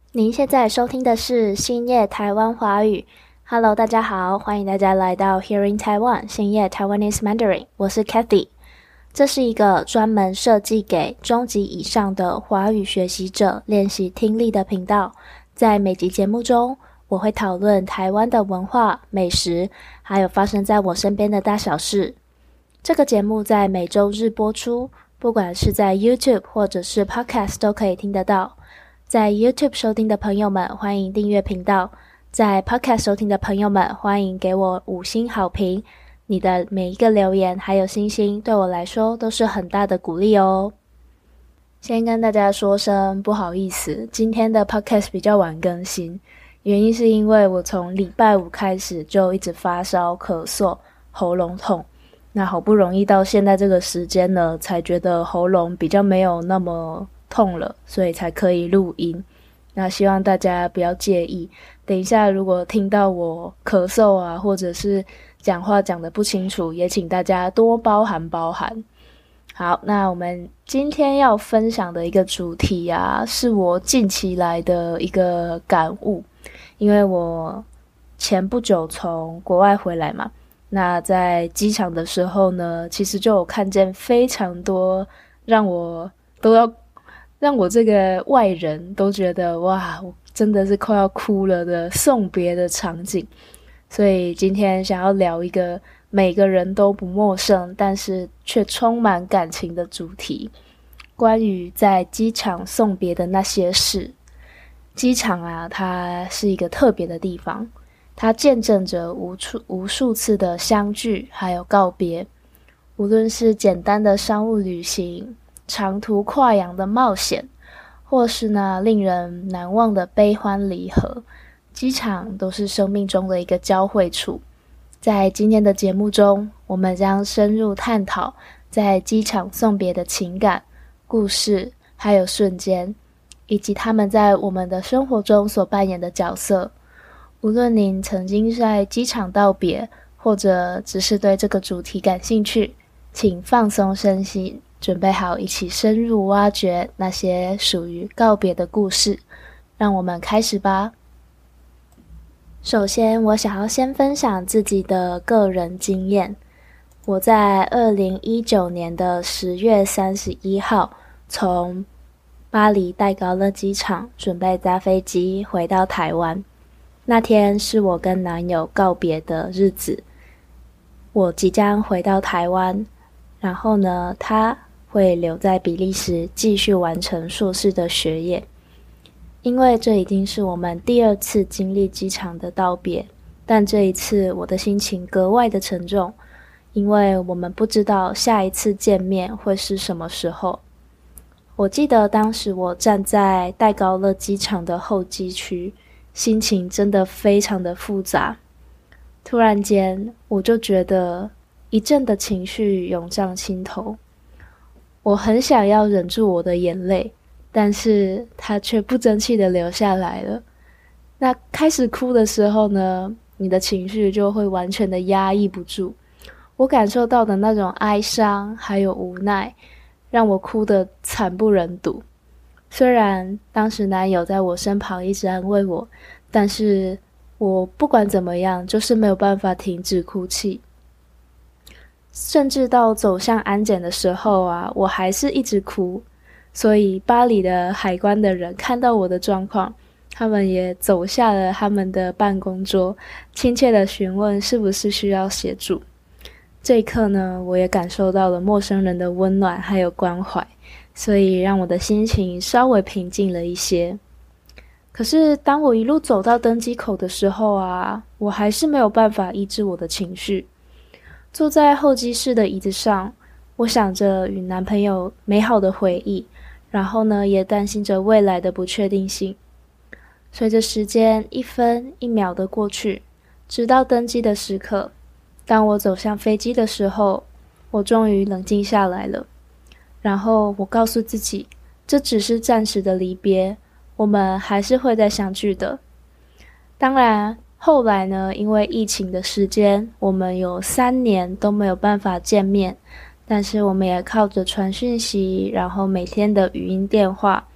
您现在收听的是星夜台湾华语。Hello， 大家好，欢迎大家来到 Hearing Taiwan 星夜 Taiwanese Mandarin， 我是 Kathy。这是一个专门设计给中级以上的华语学习者练习听力的频道。在每集节目中，我会讨论台湾的文化、美食，还有发生在我身边的大小事。这个节目在每周日播出，不管是在 YouTube 或者是 Podcast 都可以听得到。在 YouTube 收听的朋友们，欢迎订阅频道；在 Podcast 收听的朋友们，欢迎给我5星好评。你的每一个留言还有星星，对我来说都是很大的鼓励哦。先跟大家说声不好意思，今天的 Podcast 比较晚更新，原因是因为我从礼拜5开始就一直发烧、咳嗽、喉咙痛。那好不容易到现在这个时间呢，才觉得喉咙比较没有那么痛了，所以才可以录音。那希望大家不要介意，等一下如果听到我咳嗽啊，或者是讲话讲得不清楚，也请大家多包涵。好，那我们今天要分享的一个主题啊，是我近期来的一个感悟。因为我前不久从国外回来嘛，那在机场的时候呢，其实就有看见非常多让我这个外人都觉得哇，我真的是快要哭了的送别的场景。所以今天想要聊一个每个人都不陌生，但是却充满感情的主题，关于在机场送别的那些事。机场啊，它是一个特别的地方，它见证着无数次的相聚还有告别，无论是简单的商务旅行，长途跨洋的冒险，或是那令人难忘的悲欢离合，机场都是生命中的一个交汇处。在今天的节目中，我们将深入探讨在机场送别的情感、故事，还有瞬间，以及他们在我们的生活中所扮演的角色。无论您曾经在机场道别，或者只是对这个主题感兴趣，请放松身心，准备好一起深入挖掘那些属于告别的故事。让我们开始吧。首先，我想要先分享自己的个人经验。我在2019年的10月31号从巴黎戴高乐机场准备搭飞机回到台湾。那天是我跟男友告别的日子。我即将回到台湾，然后呢，他会留在比利时继续完成硕士的学业。因为这已经是我们第2次经历机场的道别，但这一次我的心情格外的沉重，因为我们不知道下一次见面会是什么时候。我记得当时我站在戴高乐机场的候机区，心情真的非常的复杂。突然间，我就觉得一阵的情绪涌上心头，我很想要忍住我的眼泪，但是它却不争气的流下来了。那开始哭的时候呢，你的情绪就会完全的压抑不住。我感受到的那种哀伤还有无奈，让我哭得惨不忍睹。虽然当时男友在我身旁一直安慰我，但是我不管怎么样，就是没有办法停止哭泣。甚至到走向安检的时候啊，我还是一直哭。所以巴黎的海关的人看到我的状况，他们也走下了他们的办公桌，亲切地询问是不是需要协助。这一刻呢，我也感受到了陌生人的温暖还有关怀，所以让我的心情稍微平静了一些。可是当我一路走到登机口的时候啊，我还是没有办法抑制我的情绪。坐在候机室的椅子上，我想着与男朋友美好的回忆，然后呢，也担心着未来的不确定性。随着时间一分一秒的过去，直到登机的时刻，当我走向飞机的时候，我终于冷静下来了。然后我告诉自己，这只是暂时的离别，我们还是会再相聚的。当然，后来呢，因为疫情的时间，我们有3年都没有办法见面，但是我们也靠着传讯息，然后每天的语音电话，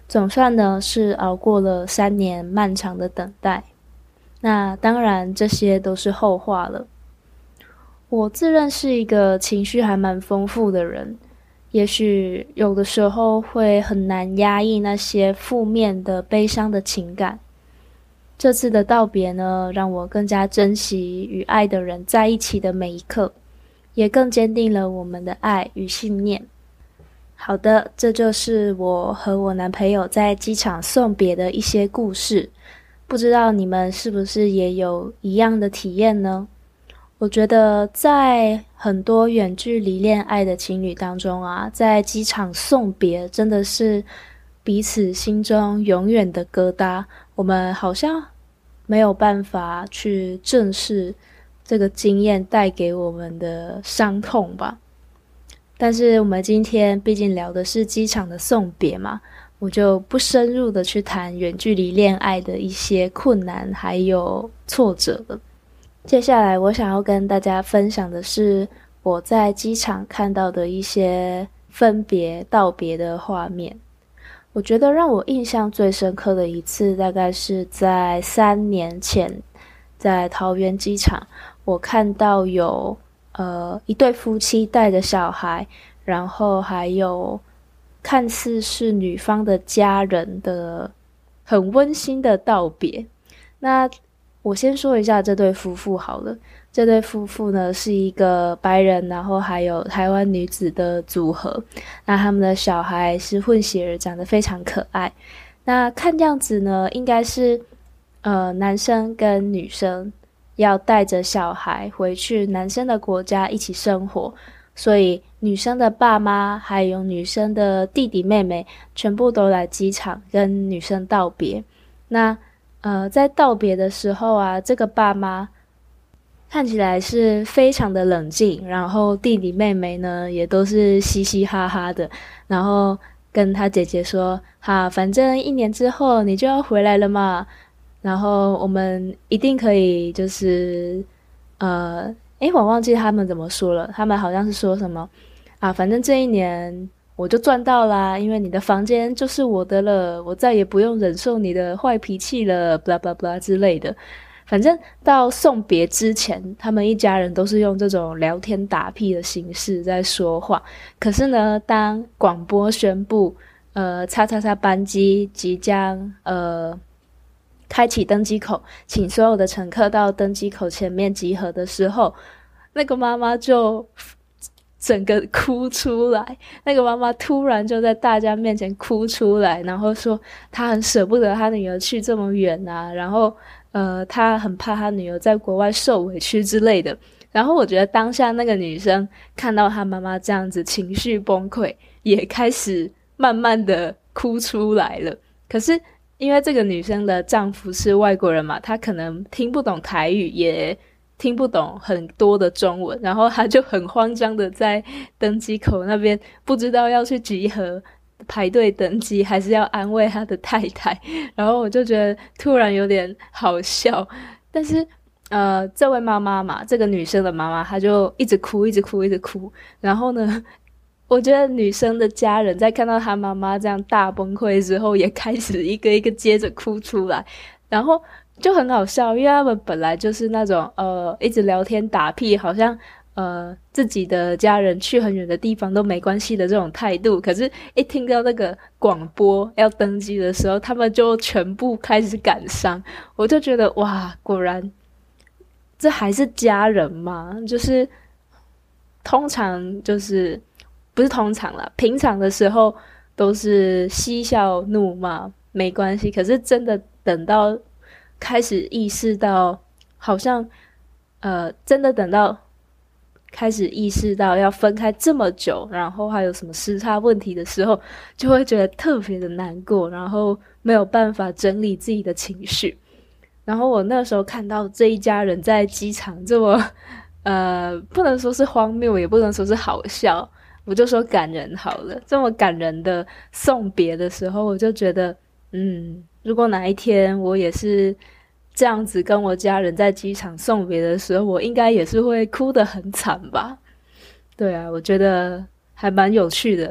总算呢是熬过了3年漫长的等待。那当然这些都是后话了。我自认是一个情绪还蛮丰富的人，也许有的时候会很难压抑那些负面的悲伤的情感。这次的道别呢，让我更加珍惜与爱的人在一起的每一刻，也更坚定了我们的爱与信念。好的，这就是我和我男朋友在机场送别的一些故事。不知道你们是不是也有一样的体验呢？我觉得在很多远距离恋爱的情侣当中啊，在机场送别真的是彼此心中永远的疙瘩，我们好像没有办法去正视这个经验带给我们的伤痛吧。但是我们今天毕竟聊的是机场的送别嘛，我就不深入的去谈远距离恋爱的一些困难还有挫折了。接下来我想要跟大家分享的是我在机场看到的一些分别道别的画面。我觉得让我印象最深刻的一次大概是在3年前，在桃园机场，我看到有一对夫妻带着小孩，然后还有看似是女方的家人的很温馨的道别。那我先说一下这对夫妇好了。这对夫妇呢是一个白人，然后还有台湾女子的组合。那他们的小孩是混血儿，长得非常可爱。那看样子呢，应该是男生跟女生要带着小孩回去男生的国家一起生活，所以女生的爸妈还有女生的弟弟妹妹全部都来机场跟女生道别。那在道别的时候啊，这个爸妈看起来是非常的冷静，然后弟弟妹妹呢也都是嘻嘻哈哈的，然后跟他姐姐说反正1年之后你就要回来了嘛，然后我们一定可以就是我忘记他们怎么说了，他们好像是说什么反正这1年我就赚到啦，因为你的房间就是我的了，我再也不用忍受你的坏脾气了 blah blah blah 之类的。反正到送别之前，他们一家人都是用这种聊天打屁的形式在说话。可是呢，当广播宣布叉叉叉班机即将开启登机口，请所有的乘客到登机口前面集合的时候，那个妈妈就整个哭出来。那个妈妈突然就在大家面前哭出来，然后说她很舍不得她女儿去这么远啊，然后她很怕她女儿在国外受委屈之类的。然后我觉得当下那个女生看到她妈妈这样子情绪崩溃，也开始慢慢的哭出来了。可是因为这个女生的丈夫是外国人嘛，他可能听不懂台语，也听不懂很多的中文，然后他就很慌张的在登机口那边不知道要去集合排队登机还是要安慰他的太太。然后我就觉得突然有点好笑。但是这位妈妈嘛，这个女生的妈妈，她就一直哭一直哭一直哭。然后呢，我觉得女生的家人在看到她妈妈这样大崩溃之后，也开始一个一个接着哭出来。然后就很好笑，因为他们本来就是那种一直聊天打屁，好像自己的家人去很远的地方都没关系的这种态度。可是一听到那个广播要登机的时候，他们就全部开始感伤。我就觉得哇，果然这还是家人嘛，就是通常就是不是通常啦，平常的时候都是嬉笑怒骂没关系，可是真的等到开始意识到，好像真的等到开始意识到要分开这么久，然后还有什么时差问题的时候，就会觉得特别的难过，然后没有办法整理自己的情绪。然后我那时候看到这一家人在机场这么不能说是荒谬，也不能说是好笑，我就说感人好了。这么感人的送别的时候，我就觉得如果哪一天我也是这样子跟我家人在机场送别的时候，我应该也是会哭得很惨吧。对啊，我觉得还蛮有趣的，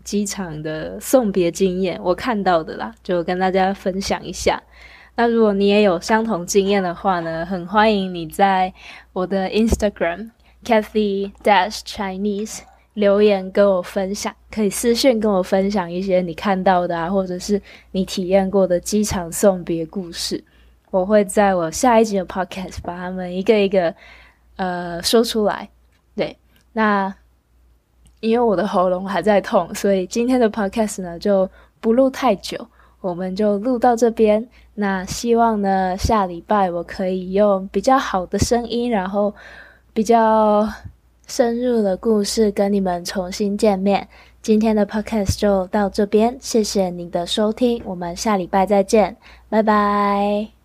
机场的送别经验，我看到的啦，就跟大家分享一下。那如果你也有相同经验的话呢，很欢迎你在我的 Instagram Cathy-Chinese 留言跟我分享，可以私讯跟我分享一些你看到的或者是你体验过的机场送别故事。我会在我下一集的 podcast 把它们一个一个说出来。对，那因为我的喉咙还在痛，所以今天的 podcast 呢就不录太久，我们就录到这边。那希望呢下礼拜我可以用比较好的声音，然后比较深入的故事跟你们重新见面。今天的 podcast 就到这边，谢谢你的收听，我们下礼拜再见，拜拜。